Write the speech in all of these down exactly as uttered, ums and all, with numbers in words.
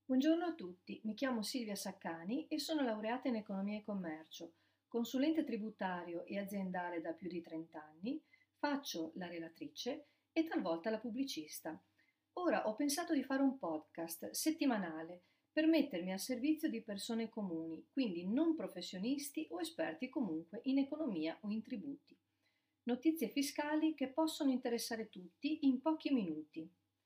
Buongiorno a tutti, mi chiamo Silvia Saccani e sono laureata in Economia e Commercio, consulente tributario e aziendale da più di trenta anni, faccio la relatrice e talvolta la pubblicista. Ora ho pensato di fare un podcast settimanale per mettermi al servizio di persone comuni, quindi non professionisti o esperti comunque in economia o in tributi. Notizie fiscali che possono interessare tutti in pochi minuti.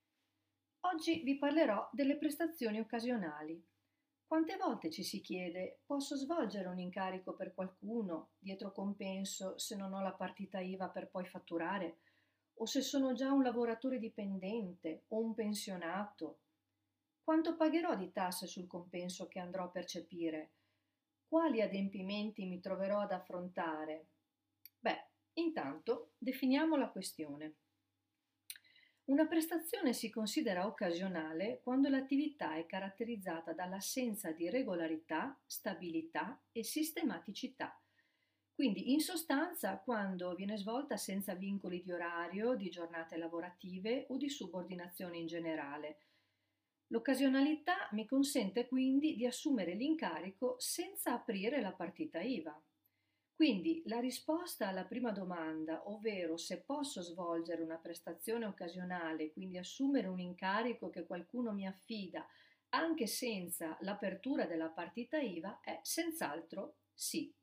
Oggi vi parlerò delle prestazioni occasionali. Quante volte ci si chiede: posso svolgere un incarico per qualcuno dietro compenso se non ho la partita I V A per poi fatturare? O se sono già un lavoratore dipendente o un pensionato? Quanto pagherò di tasse sul compenso che andrò a percepire? Quali adempimenti mi troverò ad affrontare? Beh, intanto definiamo la questione. Una prestazione si considera occasionale quando l'attività è caratterizzata dall'assenza di regolarità, stabilità e sistematicità. Quindi, in sostanza, quando viene svolta senza vincoli di orario, di giornate lavorative o di subordinazione in generale. L'occasionalità mi consente quindi di assumere l'incarico senza aprire la partita I V A. Quindi la risposta alla prima domanda, ovvero se posso svolgere una prestazione occasionale, quindi assumere un incarico che qualcuno mi affida, anche senza l'apertura della partita I V A, è senz'altro sì.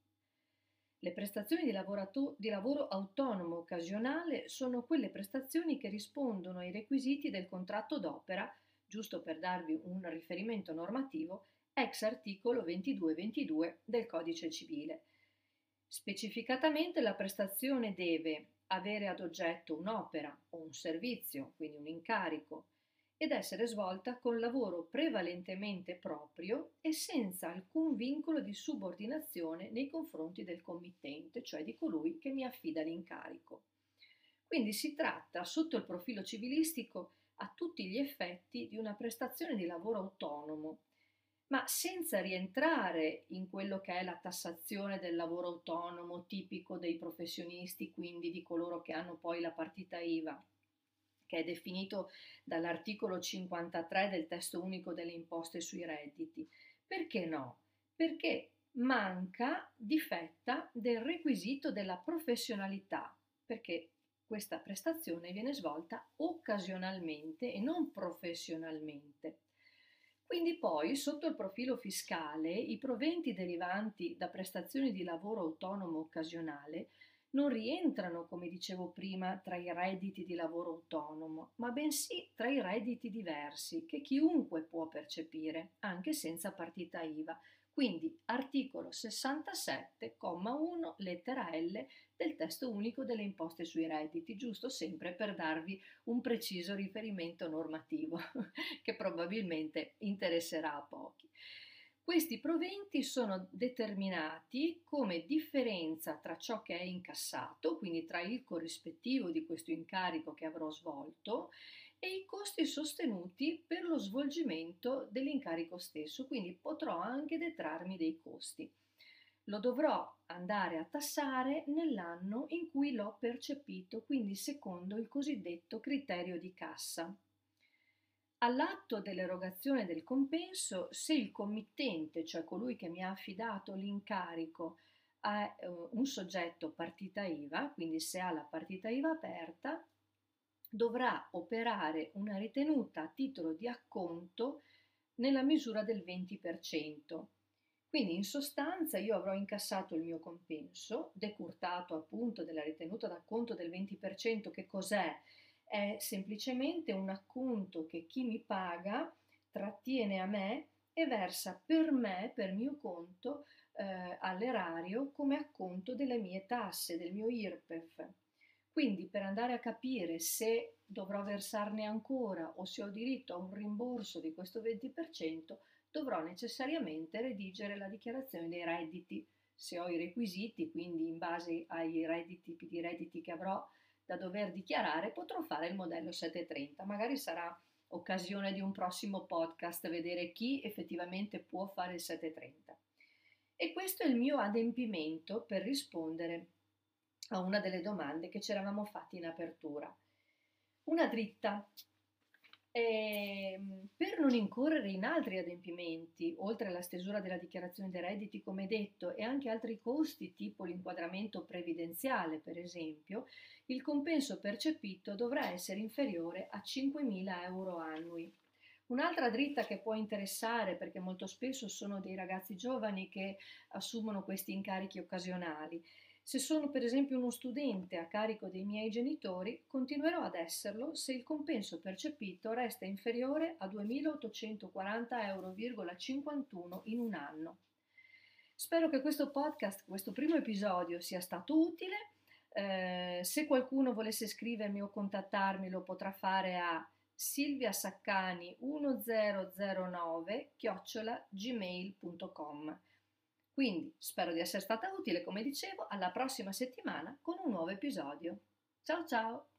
Le prestazioni di, lavorato- di lavoro autonomo occasionale sono quelle prestazioni che rispondono ai requisiti del contratto d'opera, giusto per darvi un riferimento normativo, ex articolo ventidue ventidue del Codice Civile. Specificatamente la prestazione deve avere ad oggetto un'opera o un servizio, quindi un incarico, ed essere svolta con lavoro prevalentemente proprio e senza alcun vincolo di subordinazione nei confronti del committente, cioè di colui che mi affida l'incarico. Quindi si tratta, sotto il profilo civilistico, a tutti gli effetti di una prestazione di lavoro autonomo, ma senza rientrare in quello che è la tassazione del lavoro autonomo tipico dei professionisti, quindi di coloro che hanno poi la partita I V A, che è definito dall'articolo cinquantatré del testo unico delle imposte sui redditi. Perché no? Perché manca, difetta del requisito della professionalità, perché questa prestazione viene svolta occasionalmente e non professionalmente. Quindi poi, sotto il profilo fiscale, i proventi derivanti da prestazioni di lavoro autonomo occasionale non rientrano, come dicevo prima, tra i redditi di lavoro autonomo, ma bensì tra i redditi diversi che chiunque può percepire, anche senza partita I V A. Quindi articolo sessantasette, comma uno, lettera L del testo unico delle imposte sui redditi, giusto sempre per darvi un preciso riferimento normativo che probabilmente interesserà a pochi. Questi proventi sono determinati come differenza tra ciò che è incassato, quindi tra il corrispettivo di questo incarico che avrò svolto, e i costi sostenuti per lo svolgimento dell'incarico stesso, quindi potrò anche detrarmi dei costi. Lo dovrò andare a tassare nell'anno in cui l'ho percepito, quindi secondo il cosiddetto criterio di cassa. All'atto dell'erogazione del compenso, se il committente, cioè colui che mi ha affidato l'incarico, è un soggetto partita I V A, quindi se ha la partita I V A aperta, dovrà operare una ritenuta a titolo di acconto nella misura del venti per cento. Quindi in sostanza io avrò incassato il mio compenso, decurtato appunto della ritenuta d'acconto del venti per cento. Che cos'è? È semplicemente un acconto che chi mi paga trattiene a me e versa per me, per mio conto, eh, all'erario come acconto delle mie tasse, del mio I R P E F. Quindi per andare a capire se dovrò versarne ancora o se ho diritto a un rimborso di questo venti per cento, dovrò necessariamente redigere la dichiarazione dei redditi, se ho i requisiti, quindi in base ai redditi, tipi di redditi che avrò da dover dichiarare, potrò fare il modello settecentotrenta. Magari sarà occasione di un prossimo podcast vedere chi effettivamente può fare il settecentotrenta. E questo è il mio adempimento per rispondere a una delle domande che ci eravamo fatti in apertura. Una dritta. Ehm, per non incorrere in altri adempimenti, oltre alla stesura della dichiarazione dei redditi, come detto, e anche altri costi, tipo l'inquadramento previdenziale, per esempio, il compenso percepito dovrà essere inferiore a cinquemila euro annui. Un'altra dritta che può interessare, perché molto spesso sono dei ragazzi giovani che assumono questi incarichi occasionali. Se sono per esempio uno studente a carico dei miei genitori, continuerò ad esserlo se il compenso percepito resta inferiore a duemilaottocentoquaranta euro,cinquantuno in un anno. Spero che questo podcast, questo primo episodio, sia stato utile. Eh, se qualcuno volesse scrivermi o contattarmi lo potrà fare a silviasaccani millezenonove chiocciola gmail punto com. Quindi spero di essere stata utile, come dicevo, alla prossima settimana con un nuovo episodio. Ciao ciao!